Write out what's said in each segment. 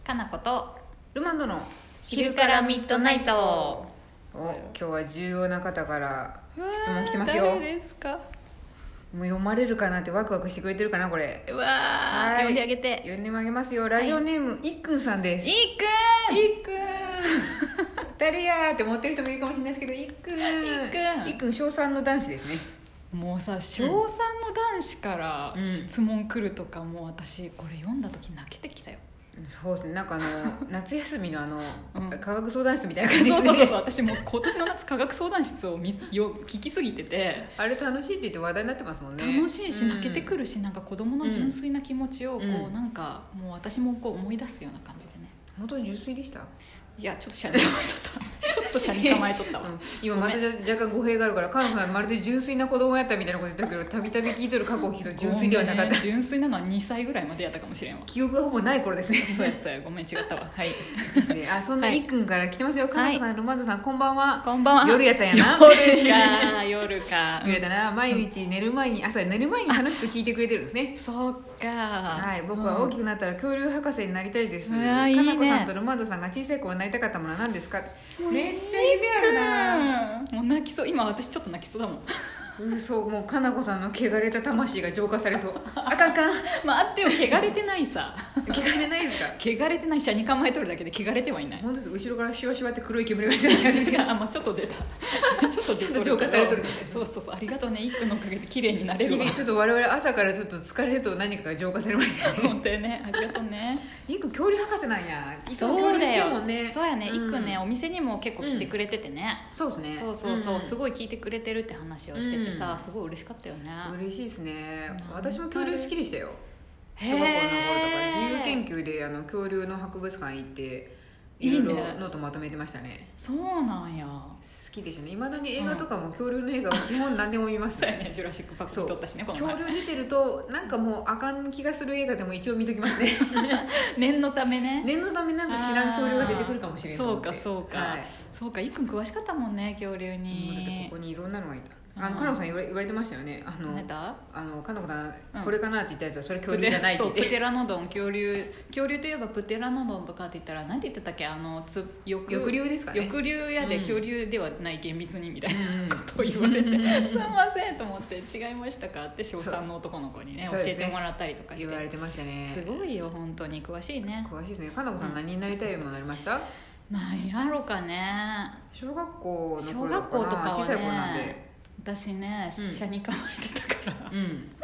かなことルマンドの昼からミッドナイト。 今日は重要な方から質問来てますよ。 誰ですか？ もう読まれるかなってワクワクしてくれてるかなこれ。 うわー、読んであげて。 読んであげますよ。ラジオネーム、いっくんさんです。 いっくんいっくん誰やーって思ってる人もいるかもしれないですけど、いっくんいっくん小3の男子ですね。 もうさ、小3の男子から質問来るとか、もう私これ読んだ時泣けてきたよ。 そうですね、なんか夏休みのうん科学相談室みたいな感じですね。 そう私もう今年の夏科学相談室を聞きすぎてて、 あれ楽しいって言って話題になってますもんね。 楽しいし泣けてくるし、なんか子供の純粋な気持ちをこう、なんかもう私もこう思い出すような感じでね。 本当に純粋でした。 いや、ちょっとシャに構えとったちょっとシャに構えとったわ、 今また若干語弊があるから、カナさんまるで純粋な子供やったみたいなこと言ったけど、たびたび聞いとる過去を聞くと純粋ではなかった。 純粋なのは2歳ぐらいまでやったかもしれんわ。 記憶がほぼない頃ですね。 そうやごめん違ったわ。はいですね。そんないっくんから来てますよ。カナさん、ロマンドさん、こんばんは。 こんばんは。 夜やったんやな。 夜か夜やったな。毎日寝る前に寝る前に楽しく聞いてくれてるんですね。 そうか。 はい、僕は大きくなったら恐竜博士になりたいです。かいいね。 なこさんとロマンドさんが小さい頃なりたかったものは何ですか？めっちゃ夢あるな。 もう泣きそう。今私ちょっと泣きそうだもん。 嘘、もうかなこさんの汚れた魂が浄化されそう。あかん待ってよ、汚れてないさ。 汚れてないですか？ 汚れてない。車に構えとるだけで汚れてはいない。 本当です。後ろからシュワシュワって黒い煙が出てる気がするけどちょっと出たちょっと出とる、 浄化されとる。 そうありがとうね、いっくんのおかげで綺麗になれるわ。 ちょっと我々朝からちょっと疲れると何かが浄化されましたね。 本当にね、ありがとうね。 いっくん恐竜博士なんや。いつも恐竜好きやもんね。 そうやね、いっくんね、お店にも結構来てくれててね。 そうですね。 そう、すごい聞いてくれてるって話をしててさ、すごい嬉しかったよね。 嬉しいですね。私も恐竜好きでしたよ。 小学校の頃とか自由研究で恐竜の博物館行っていろいろノートまとめてましたね。 そうなんや。 好きでしたね。いまだに映画とかも恐竜の映画は基本何でも見ますそうやね、ジュラシックパークも撮ったしね。 恐竜見てるとなんかもうあかん気がする映画でも一応見ときますね。 念のためね。 念のためなんか知らん恐竜が出てくるかもしれんと思って。 そうか、いっくん詳しかったもんね、恐竜に。 だってここにいろんなのがいた。かなこさん言われてましたよね。かなこさん、これかなって言ったやつはそれ恐竜じゃないって言って。 プテラノドン、恐竜といえばプテラノドンとかって言ったら何て言ってたっけ、 翼竜ですかね。 翼竜やで、恐竜ではない厳密にみたいなことを言われて、すいませんと思って、違いましたかって小3の男の子にね教えてもらったりとかして、 言われてましたね。 すごいよ本当に詳しいね。 詳しいですね。かなこさん何になりたいものなりました？ 何やろかね。 小学校の頃とかはね、 小さい頃なんで私ね、車に構えてたから、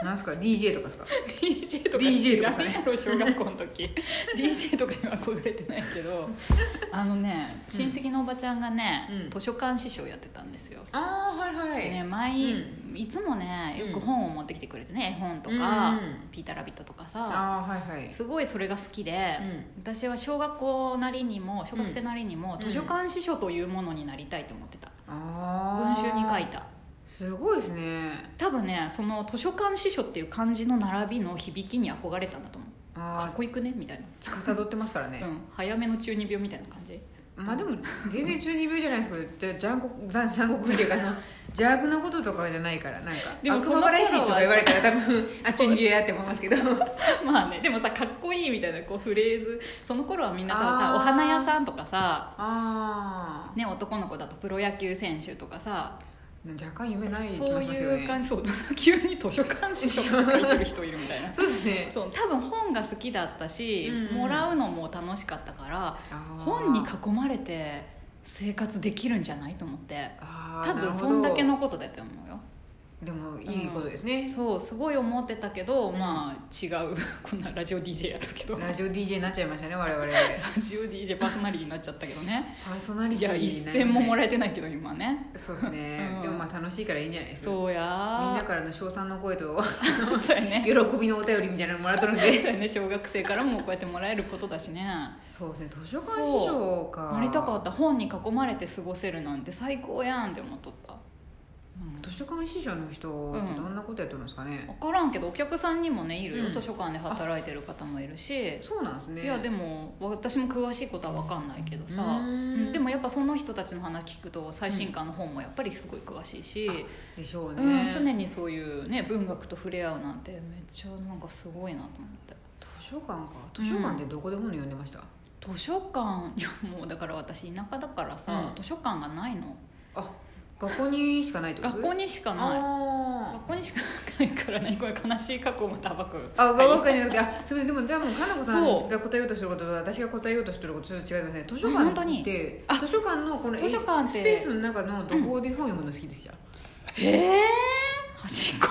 なんすか DJ とかですか？ DJ とか知らないやろ、小学校の時DJ とかには憧れてないけど、親戚のおばちゃんがね、図書館司書をやってたんですよ。でね、いつもねよく本を持ってきてくれてね、絵本とか、ピーターラビットとかさ、すごいそれが好きで、私は小学生なりにも図書館司書というものになりたいと思ってた。文集に書いた。 すごいですね。 多分ね、その図書館司書っていう漢字の並びの響きに憧れたんだと思う。かっこいくねみたいな。 司ってますからね。 早めの中二病みたいな感じ。 まあでも全然中二病じゃないですけど、残酷っていうか邪悪なこととかじゃないから、なんかでも悪魔らしいとか言われたら多分中二病やって思いますけどまあね、でもさ、かっこいいみたいなこうフレーズ、その頃はみんな多分さ、お花屋さんとかさ、ね、男の子だとプロ野球選手とかさ、 若干夢ない気そうがしますよね。 いう感じ。そう急に図書館司書を書いてる人いるみたいなそうですね。 そう、多分本が好きだったし、もらうのも楽しかったから、本に囲まれて生活できるんじゃないと思って、多分そんだけのことだと思うよ。 でもいいことですね。 そうすごい思ってたけど、まあ違うこんなラジオ DJ やったけど、 ラジオ DJ になっちゃいましたね我々。ラジオ DJ パーソナリティになっちゃったけどね。 パーソナリティ、 いや一銭ももらえてないけど今ね。 そうですね、でもまあ楽しいからいいんじゃないですか。 そうや、 みんなからの称賛の声とそうやね、 喜びのお便りみたいなのもらっとるんでそうやね、小学生からもこうやってもらえることだしね。 そうですね、図書館司書か。 なりたかった。本に囲まれて過ごせるなんて最高やんって思っとった。 図書館司書の人ってどんなことやってるんですかね。 分からんけど、お客さんにもねいるよ、図書館で働いてる方もいるし。 そうなんですね。 いやでも私も詳しいことは分かんないけどさ、でもやっぱその人たちの話聞くと最新刊の本もやっぱりすごい詳しいし、 でしょうね、 常にそういうね文学と触れ合うなんてめっちゃなんかすごいなと思って。 図書館か。図書館でどこで本読んでました？ 図書館、いやもうだから私田舎だからさ、図書館がないの。 あ、学校にしかないってこと？ 学校にしかない。学校にしかないからね。これ悲しい過去をまた暴く。 あ、がばかりじゃなくて、それでもじゃあもうかなこさんが答えようとしてることと私が答えようとしてることちょっと違いますね。図書館って図書館のこのスペースの中のどこで本読むの好きですじゃん。 端っこ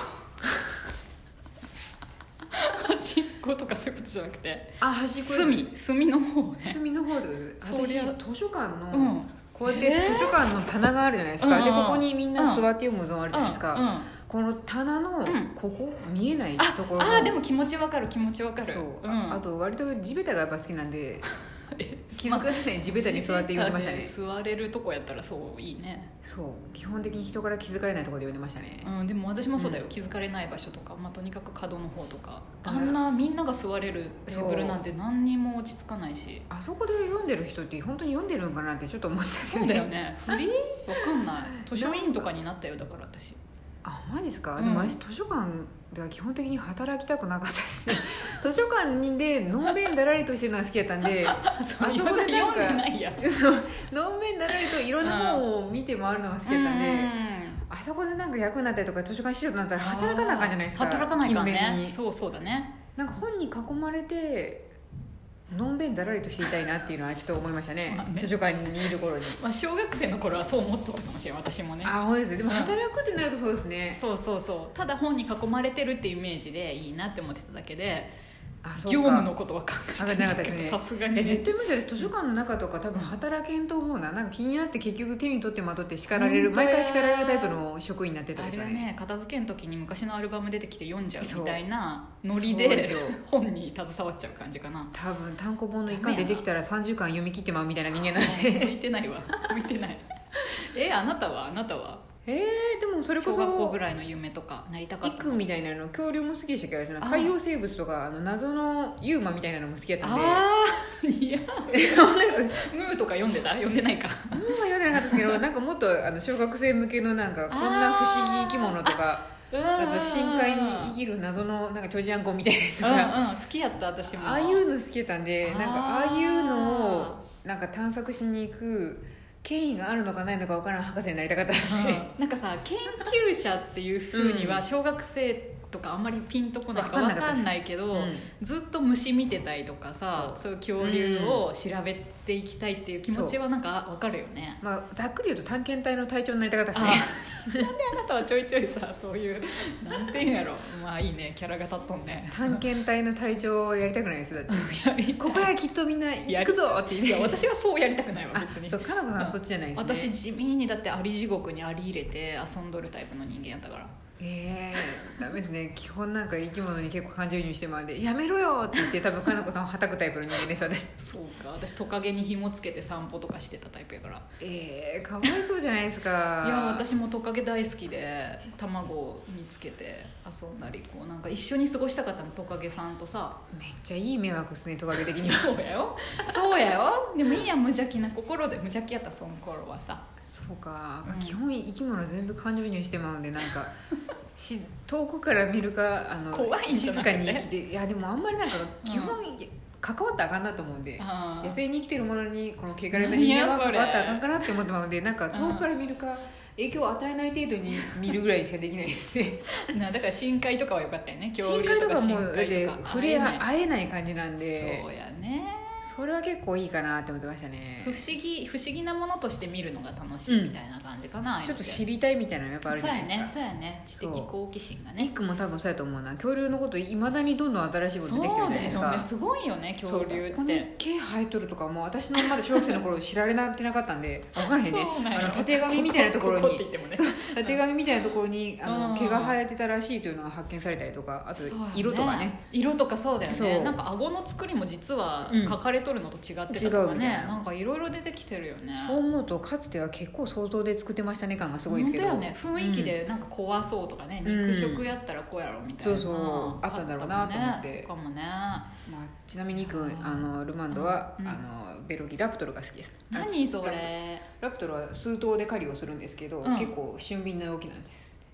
端っことかそういうことじゃなくて、 端っこ隅の方ね。 隅の方で私図書館のこうやって図書館の棚があるじゃないですか。でここにみんな座って読むゾーンあるじゃないですか。この棚のここ見えないところでも気持ちわかる気持ちわかる。 そう、あと割と地べたがやっぱ好きなんで気づかせない地べたに座って読んでましたね。 座れるとこやったらそういいね。 そう基本的に人から気づかれないところで読んでましたね。 でも私もそうだよ、気づかれない場所とか、とにかく角の方とか、あんなみんなが座れるテーブルなんて何にも落ち着かないし、 あそこで読んでる人って本当に読んでるのかなってちょっと思ってた。 そうだよね。フリーわかんない。図書委員とかになったよ。だから私マジですか。でも私図書館では基本的に働きたくなかったですね。図書館でのんべんだらりとしてるのが好きだったんであそこでなんかのんべんだらりといろんな本を見て回るのが好きだったんで、あそこでなんか役になったりとか図書館資料になったら働かなあかんじゃないですか。 働かないかんね。そうだね。 なんか本に囲まれてのんべんだらりとしていたいなっていうのはちょっと思いましたね。図書館にいる頃に、 小学生の頃はそう思っとったかもしれない。私もね。 本当です。でも働くってなるとそうですね。 そうただ本に囲まれてるっていうイメージでいいなって思ってただけで、業務のことは考えてなかったですね。さすがに絶対無視です。図書館の中とか多分働けんと思うな。なんか気になって結局手に取ってまとって叱られる、毎回叱られるタイプの職員になってたでしょうね。 あれはね、片付けの時に昔のアルバム出てきて読んじゃうみたいなノリで本に携わっちゃう感じかな。 多分単行本の一巻出てきたら30巻読み切ってまうみたいな人間なんで向いてないわ。向いてない。あなたはでもそれこそ小学校ぐらいの夢とかなりたかったイクみたいなの、恐竜も好きでしたけど、海洋生物とか謎のユーマみたいなのも好きだったんで。 いやムーとか読んでた？読んでないか。 ムーは読んでなかったですけど、なんかもっと小学生向けのなんかこんな不思議生き物とか、あと深海に生きる謎のなんかチョジアンコみたいなやつとか、 好きやった私も。 ああいうの好きだったんで、なんかああいうのをなんか探索しに行く権威があるのかないのか分からん博士になりたかったですね。 なんかさ、研究者っていうふうには小学生とかあんまりピンとこないか分かんないけど、ずっと虫見てたりとかさ、そういう恐竜を調べていきたいっていう気持ちはなんか分かるよね。 ざっくり言うと探検隊の隊長になりたかったですね。 なんであなたはちょいちょいさ、そういうなんていうんやろ、いいね、キャラが立っとんね。 探検隊の隊長をやりたくないですだってここはきっとみんな行くぞって言って。 私はそうやりたくないわ別に。 そう、かなこさんはそっちじゃないですね。 私地味にだってアリ地獄にアリ入れて遊んどるタイプの人間やったから。 ダメですね。基本なんか生き物に結構感情移入してまでやめろよって言って多分かなこさんをはたくタイプの人間です私。 そうか、私トカゲに紐つけて散歩とかしてたタイプやから。 かわいそうじゃないですか。 いや私もトカゲ大好きで卵につけて遊んだり、こうなんか一緒に過ごしたかったの、トカゲさんとさ。 めっちゃいい迷惑ですね、トカゲ的には。 そうやよ。でもいいや、無邪気な心で。無邪気やったその頃はさ。 そうか、基本生き物全部感情移入してまうんで、なんか遠くから見るか怖いんじゃなくて、 静かに生きて、いやでもあんまりなんか基本、関わったらあかんなと思うんで、野生に生きてるものにこの汚れた人間は関わったらあかんかなって思ってまうんで、なんか遠くから見るか影響を与えない程度に見るぐらいしかできないですね。 だから深海とかは良かったよね。 深海とかもだって触れ合えない感じなんで。 そうやね。 それは結構いいかなって思ってましたね。 不思議なものとして見るのが楽しいみたいな感じかな、 ちょっと知りたいみたいなのやっぱあるじゃないですか。 そうやね、知的好奇心がね。 イックも多分そうやと思うな。恐竜のこといまだにどんどん新しいこと出てきてるじゃないですか。 そうだよね、すごいよね恐竜って。 ここに毛生えとるとかも私のまだ小学生の頃知られなってなかったんで分からへんね。縦紙みたいなところに縦紙みたいなところに毛が生えてたらしいというのが発見されたりとか、あと色とかね、 色とかそうだよね。なんか顎の作りも実は書かれとるのと違ってたとかね、なんかいろいろ出てきてるよね。 そう思うとかつては結構想像で作ってましたね感がすごいですけど。 本当よね、雰囲気でなんか怖そうとかね、肉食やったらこうやろみたいな、 そうあったんだろうなと思って。 そうかもね。 ちなみにルマンドはベロギラプトルが好きです。 何それ。 ラプトルは数頭で狩りをするんですけど、結構俊敏な動きなんです。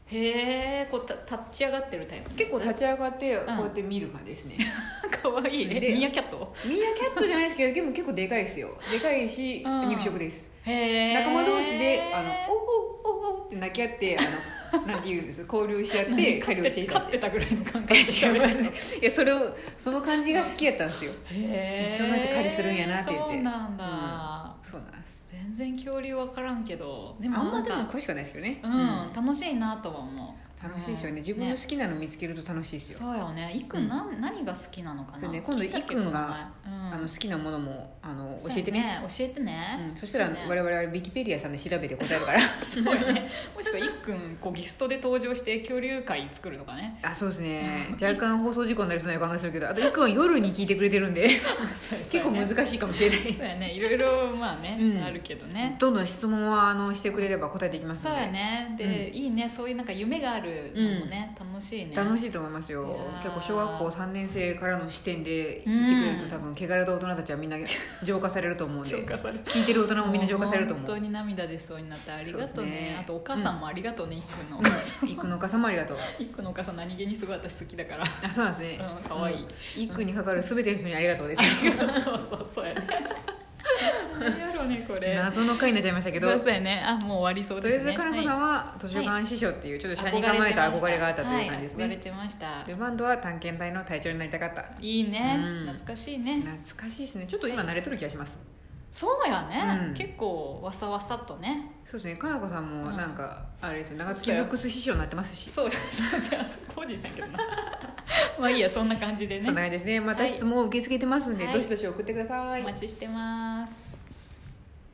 へえ、こう立ち上がってるタイプ？ 結構立ち上がってこうやって見る感じですね。 かわいい。ミーアキャット？ ミーアキャットじゃないですけど、でも結構でかいですよ。でかいし、肉食です。 へえ。 仲間同士でおうおうって泣き合ってなんて言うんです、交流し合って狩りをしていた。 飼ってたぐらいの感覚。 違いますね。いや、その感じが好きやったんですよ。一緒になって狩りするんやなって言って。 そうなんだ、 そうなんです。 全然恐竜分からんけど、 でもあんまでも詳しくないですけどね。 楽しいなとは思う。 楽しいですよね。自分の好きなの見つけると楽しいですよ。 そうよね。いくん何が好きなのかな。 そうね、今度いくんが好きなものも教えてね。 教えてね。 そしたら我々はウィキペディアさんで調べて答えるから。 そうよね。もしくはいくんゲストで登場して恐竜会作るとかね。 あ、そうですね。若干放送事故になりそうな予感がするけど、あといくんは夜に聞いてくれてるんで結構難しいかもしれない。 そうやね。いろいろまあねあるけどね。 どんどん質問はしてくれれば答えていきますので。 そうやね。でいいね、そういうなんか夢があるのもね。楽しいね。 楽しいと思いますよ。結構小学校3年生からの視点で言ってくれると、多分汚れた大人たちはみんな浄化されると思うんで聞いてる大人もみんな浄化されると思う。 本当に涙出そうになってありがとうね。あとお母さんもありがとうね。いくのいくのお母さんもありがとう。 いくのお母さん何気にすごい私好きだから。 あ、そうなんですね。 かわいい。 いくにかかる全ての人にありがとうです。 そうやね。何やろうねこれ。 謎の回になっちゃいましたけど。 そうやね。あ、もう終わりそうですね。 とりあえずかなこさんは図書館司書っていうちょっと車に構えた憧れがあったという感じですね。 憧れてました。 ルバンドは探検隊の隊長になりたかった。 いいね。懐かしいね。 懐かしいですね。ちょっと今慣れとる気がします。 そうやね。結構わさわさとね。 そうですね。かなこさんもなんかあれですよ。長月ブックス師匠になってますし。 そうじゃあコージーさんけどな。まあいいや、そんな感じでね。 そんな感じですね。また質問を受け付けてますんで、どしどし送ってください。 お待ちしてます。